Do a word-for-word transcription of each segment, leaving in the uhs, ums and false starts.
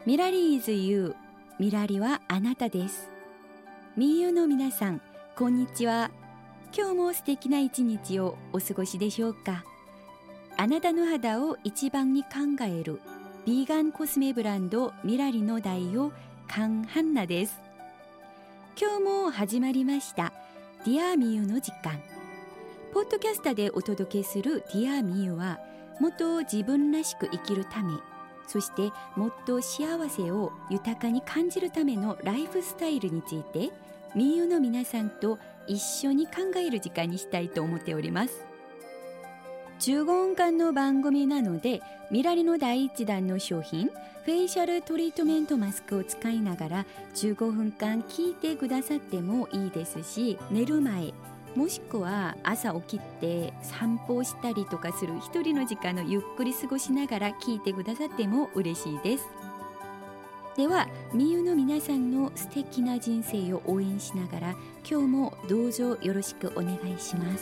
ミラリーズユー、ミラリはあなたです。みゆの皆さん、こんにちは。今日も素敵な一日をお過ごしでしょうか。あなたの肌を一番に考えるビーガンコスメブランドミラリの代表カンハンナです。今日も始まりましたディアミユの時間。ポッドキャスタでお届けするディアミユは、もっと自分らしく生きるため、そしてもっと幸せを豊かに感じるためのライフスタイルについて、ミユの皆さんと一緒に考える時間にしたいと思っております。じゅうごふんかんの番組なので、ミラリの第一弾の商品フェイシャルトリートメントマスクを使いながらじゅうごふんかん聞いてくださってもいいですし、寝る前もしくは朝起きて散歩をしたりとかする一人の時間のゆっくり過ごしながら聞いてくださっても嬉しいです。では、みゆの皆さんの素敵な人生を応援しながら、今日もどうぞよろしくお願いします。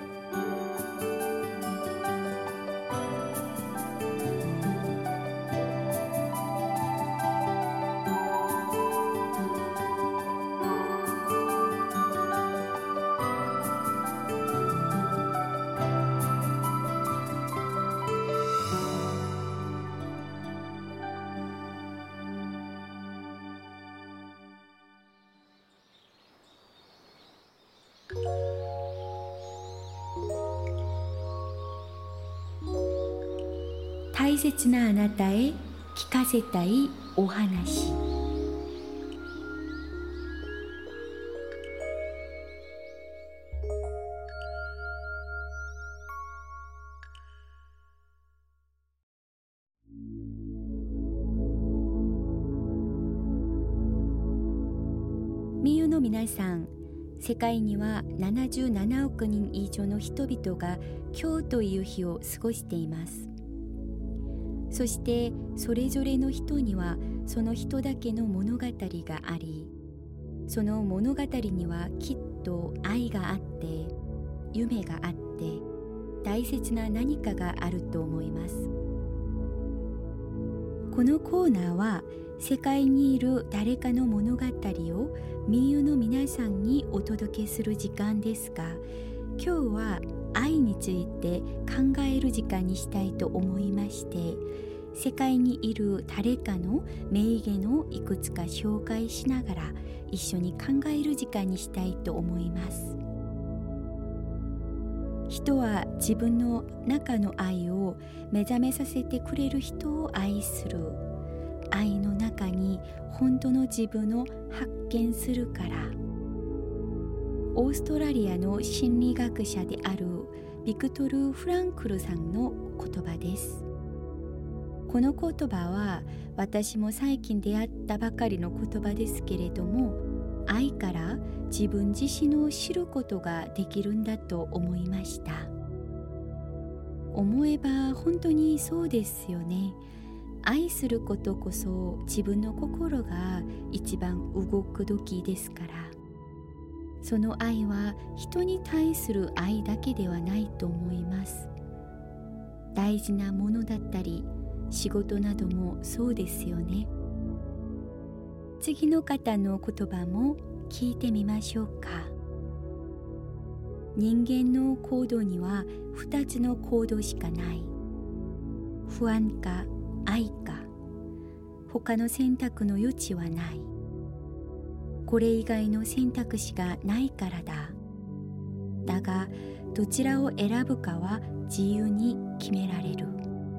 大切なあなたへ聞かせたいお話。みゆの皆さん、世界にはななじゅうななおくにん以上の人々が今日という日を過ごしています。そしてそれぞれの人にはその人だけの物語があり、その物語にはきっと愛があって夢があって大切な何かがあると思います。このコーナーは世界にいる誰かの物語をみゆの皆さんにお届けする時間ですが、今日は愛について考える時間にしたいと思いまして、世界にいる誰かの名言をいくつか紹介しながら一緒に考える時間にしたいと思います。人は自分の中の愛を目覚めさせてくれる人を愛する。愛の中に本当の自分を発見するから。オーストラリアの心理学者であるビクトル・フランクルさんの言葉です。この言葉は私も最近出会ったばかりの言葉ですけれども、愛から自分自身を知ることができるんだと思いました。思えば本当にそうですよね。愛することこそ自分の心が一番動く時ですから。その愛は人に対する愛だけではないと思います。大事なものだったり仕事などもそうですよね。次の方の言葉も聞いてみましょうか。人間の行動にはふたつの行動しかない。不安か愛か。他の選択の余地はない。これ以外の選択肢がないからだ。だが、どちらを選ぶかは自由に決められる。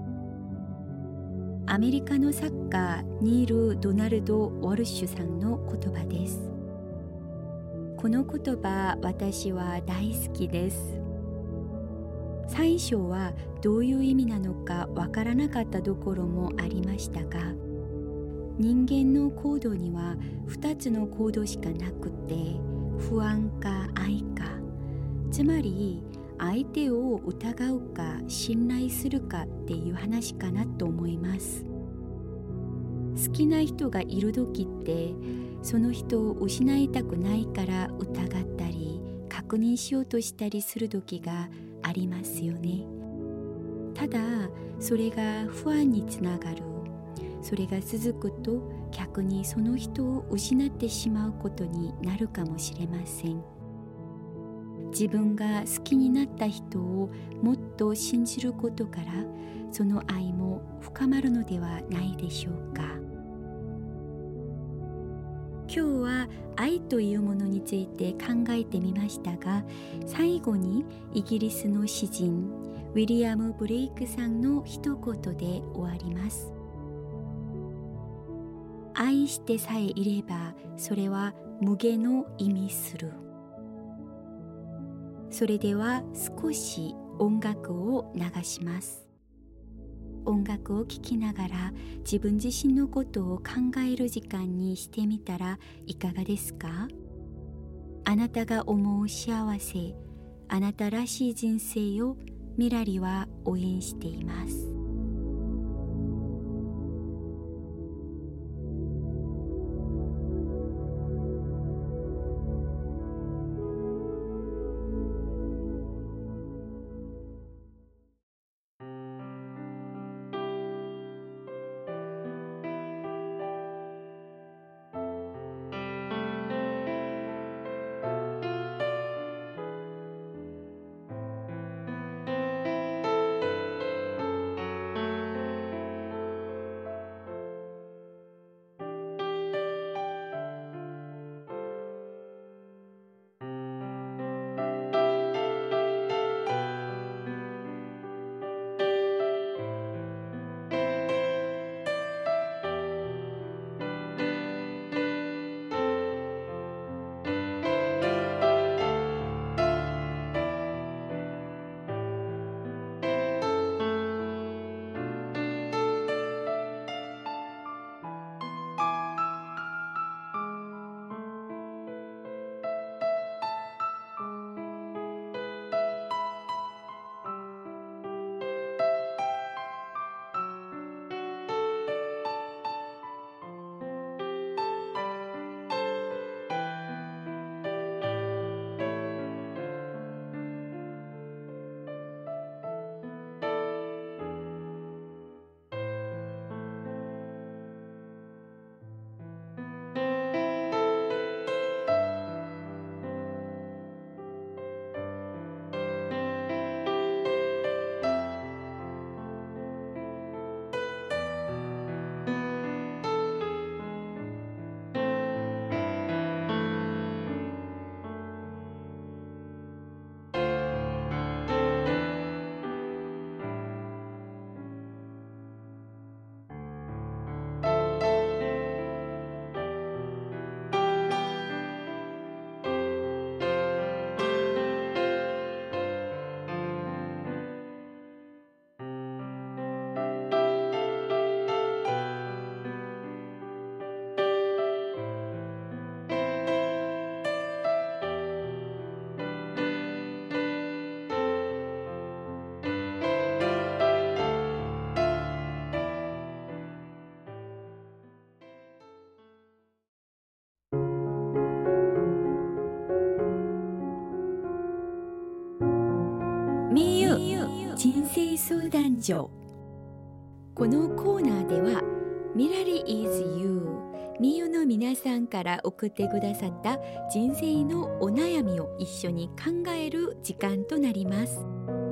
アメリカの作家ニール・ドナルド・ウォルシュさんの言葉です。この言葉、私は大好きです。最初はどういう意味なのかわからなかったところもありましたが、人間の行動にはふたつの行動しかなくて、不安か愛か、つまり相手を疑うか信頼するかっていう話かなと思います。好きな人がいる時ってその人を失いたくないから疑ったり確認しようとしたりする時がありますよね。ただそれが不安につながる。そそれが続くと逆にその人を失ってしまうことになるかもしれません。自分が好きになった人をもっと信じることから、その愛も深まるのではないでしょうか。今日は愛というものについて考えてみましたが、最後にイギリスの詩人ウィリアム・ブレイクさんの一言で終わります。愛してさえいれば、それは無限を意味する。それでは少し音楽を流します。音楽を聴きながら自分自身のことを考える時間にしてみたらいかがですか？あなたが思う幸せ、あなたらしい人生をミラリは応援しています。みゆ人生相談所。このコーナーではミラリ is you みゆの皆さんから送ってくださった人生のお悩みを一緒に考える時間となります。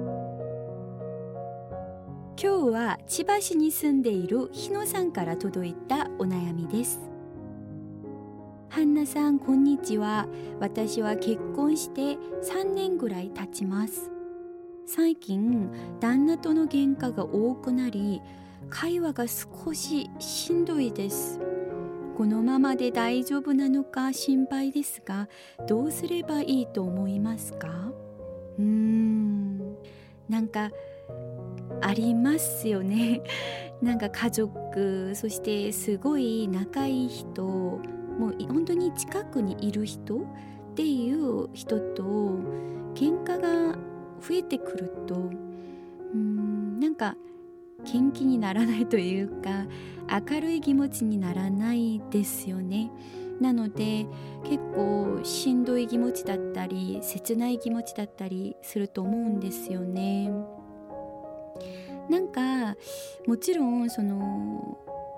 今日は千葉市に住んでいる日野さんから届いたお悩みです。ハンナさん、こんにちは。私は結婚してさんねんぐらい経ちます。最近旦那との喧嘩が多くなり、会話が少ししんどいです。このままで大丈夫なのか心配ですが、どうすればいいと思いますか？うーんなんかありますよね。なんか家族、そしてすごい仲いい人、もう本当に近くにいる人っていう人と喧嘩が増えてくると、うーんなんか元気にならないというか、明るい気持ちにならないですよね。なので結構しんどい気持ちだったり切ない気持ちだったりすると思うんですよね。なんかもちろんその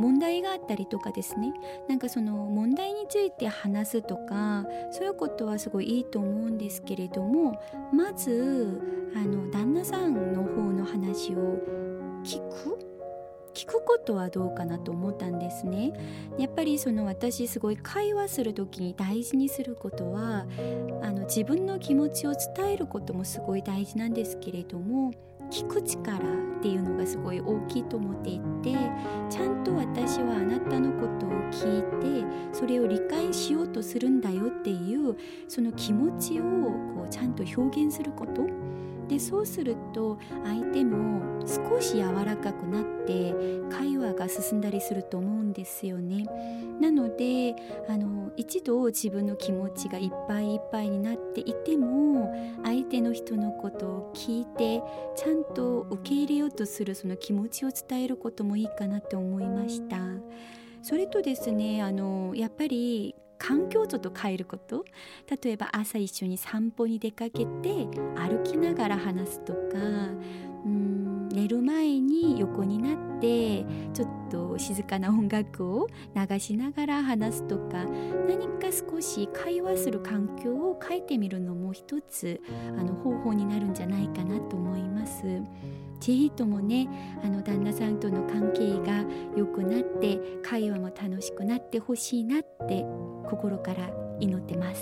問題があったりとかですね、なんかその問題について話すとか、そういうことはすごいいいと思うんですけれども、まずあの旦那さんの方の話を聞く聞くことはどうかなと思ったんですね。やっぱりその私すごい会話するときに大事にすることは、あの自分の気持ちを伝えることもすごい大事なんですけれども、聞く力っていうのがすごい大きいと思っていて、ちゃんと私はあなたのことを聞いてそれを理解しようとするんだよっていうその気持ちをこうちゃんと表現することで、そうすると相手も少し柔らかくなって会話が進んだりすると思うんですよね。なのであの一度自分の気持ちがいっぱいいっぱいになっていても、相手の人のことを聞いてちゃんと受け入れようとするその気持ちを伝えることもいいかなと思いました。それとですね、あのやっぱり環境をちょっと変えること、例えば朝一緒に散歩に出かけて歩きながら話すとか、うーん寝る前に横になってちょっと静かな音楽を流しながら話すとか、何か少し会話する環境を変えてみるのも一つあの方法になるんじゃないかなと思います。ぜひともね、あの旦那さんとの関係が良くなって会話も楽しくなってほしいなって心から祈ってます。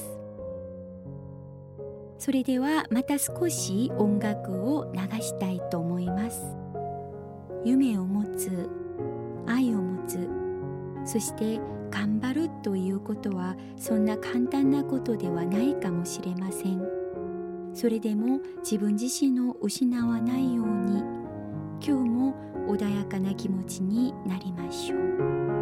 それではまた少し音楽を流したいと思います。夢を持つ、愛を持つ、そして頑張るということはそんな簡単なことではないかもしれません。それでも自分自身を失わないように、今日も穏やかな気持ちになりましょう。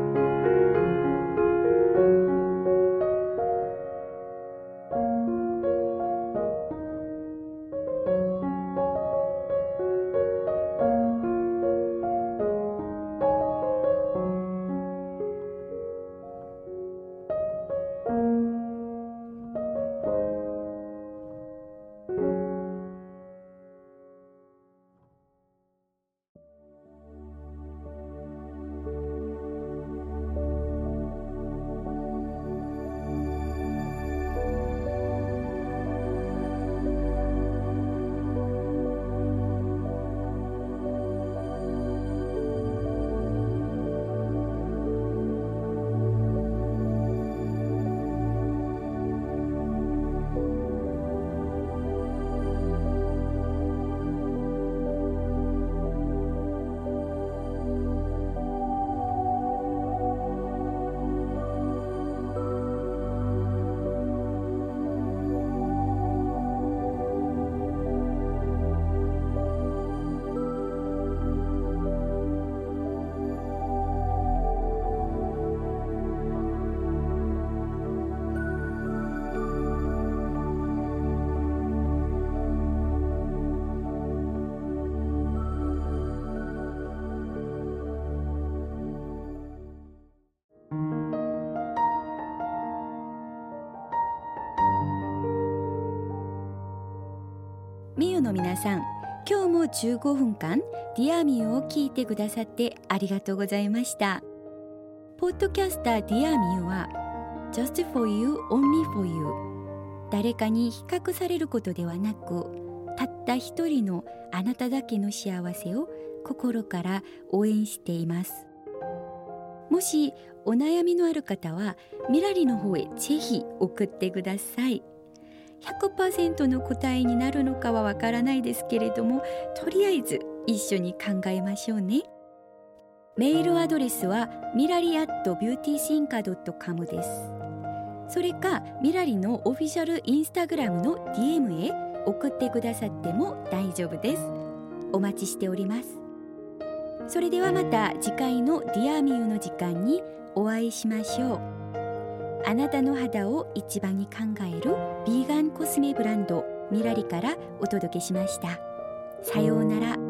ミユの皆さん、今日もじゅうごふんかんディアミユを聞いてくださってありがとうございました。ポッドキャスターディアミユは Just for you, only for you、 誰かに比較されることではなく、たった一人のあなただけの幸せを心から応援しています。もしお悩みのある方はミラリの方へぜひ送ってください。ひゃくパーセント の答えになるのかはわからないですけれども、とりあえず一緒に考えましょうね。メールアドレスはミラリアットビューティーシンカードットコムです。それかミラリのオフィシャルインスタグラムの ディーエム へ送ってくださっても大丈夫です。お待ちしております。それではまた次回のディアミユの時間にお会いしましょう。あなたの肌を一番に考えるビーガンコスメブランドミラリからお届けしました。さようなら。